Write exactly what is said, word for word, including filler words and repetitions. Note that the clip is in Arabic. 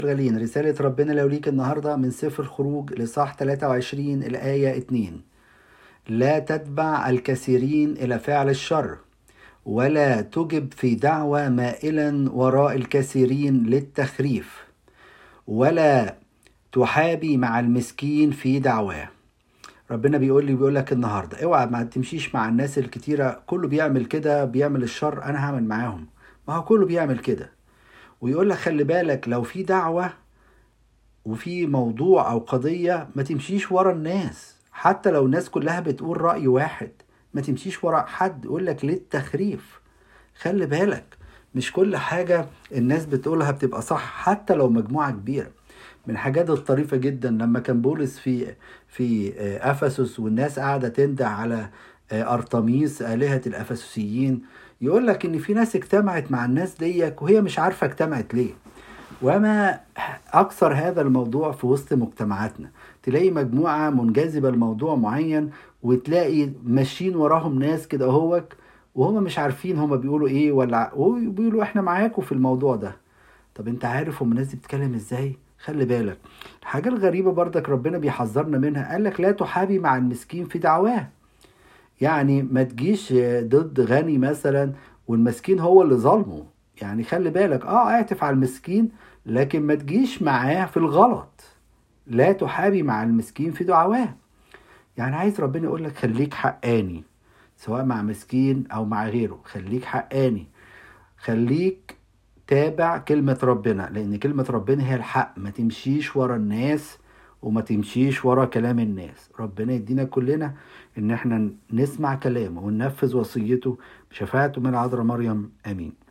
غالين، رسالة ربنا لو ليك النهاردة من سفر الخروج لصح ثلاثة وعشرين الآية اتنين. لا تتبع الكثيرين إلى فعل الشر، ولا تجب في دعوة مائلا وراء الكثيرين للتخريف، ولا تحابي مع المسكين في دعواه. ربنا بيقول لي بيقول لك النهارده اوعى ما تمشيش مع الناس الكتيره، كله بيعمل كده، بيعمل الشر، انا هعمل معاهم. ما هو كله بيعمل كده. ويقول لك خلي بالك لو في دعوه وفي موضوع او قضيه ما تمشيش ورا الناس، حتى لو الناس كلها بتقول رأي واحد ما تمشيش ورا حد. يقول لك للتخريف. خلي بالك مش كل حاجه الناس بتقولها بتبقى صح، حتى لو مجموعه كبيره. من الحاجات الطريفة جدا لما كان بولس في في أفسس والناس قاعدة تندع على أرطميس آلهة الأفسسيين، يقول لك إن في ناس اجتمعت مع الناس ديك وهي مش عارفة اجتمعت ليه. وما أكثر هذا الموضوع في وسط مجتمعاتنا، تلاقي مجموعة منجذبة لموضوع معين وتلاقي ماشيين وراهم ناس كده هوك وهم مش عارفين هم بيقولوا ايه، ولا بيقولوا احنا معاكم في الموضوع ده. طب انت عارف هم الناس دي بتتكلم ازاي؟ خلي بالك. الحاجة الغريبة برضك ربنا بيحذرنا منها، قال لك لا تحابي مع المسكين في دعواه. يعني ما تجيش ضد غني مثلا والمسكين هو اللي ظلمه. يعني خلي بالك اه اعتف على المسكين، لكن ما تجيش معاه في الغلط. لا تحابي مع المسكين في دعواه. يعني عايز ربنا يقول لك خليك حقاني، سواء مع مسكين او مع غيره. خليك حقاني، خليك تابع كلمة ربنا، لأن كلمة ربنا هي الحق. ما تمشيش ورا الناس وما تمشيش ورا كلام الناس. ربنا يدينا كلنا إن احنا نسمع كلامه وننفذ وصيته بشفاعته من العذراء مريم. آمين.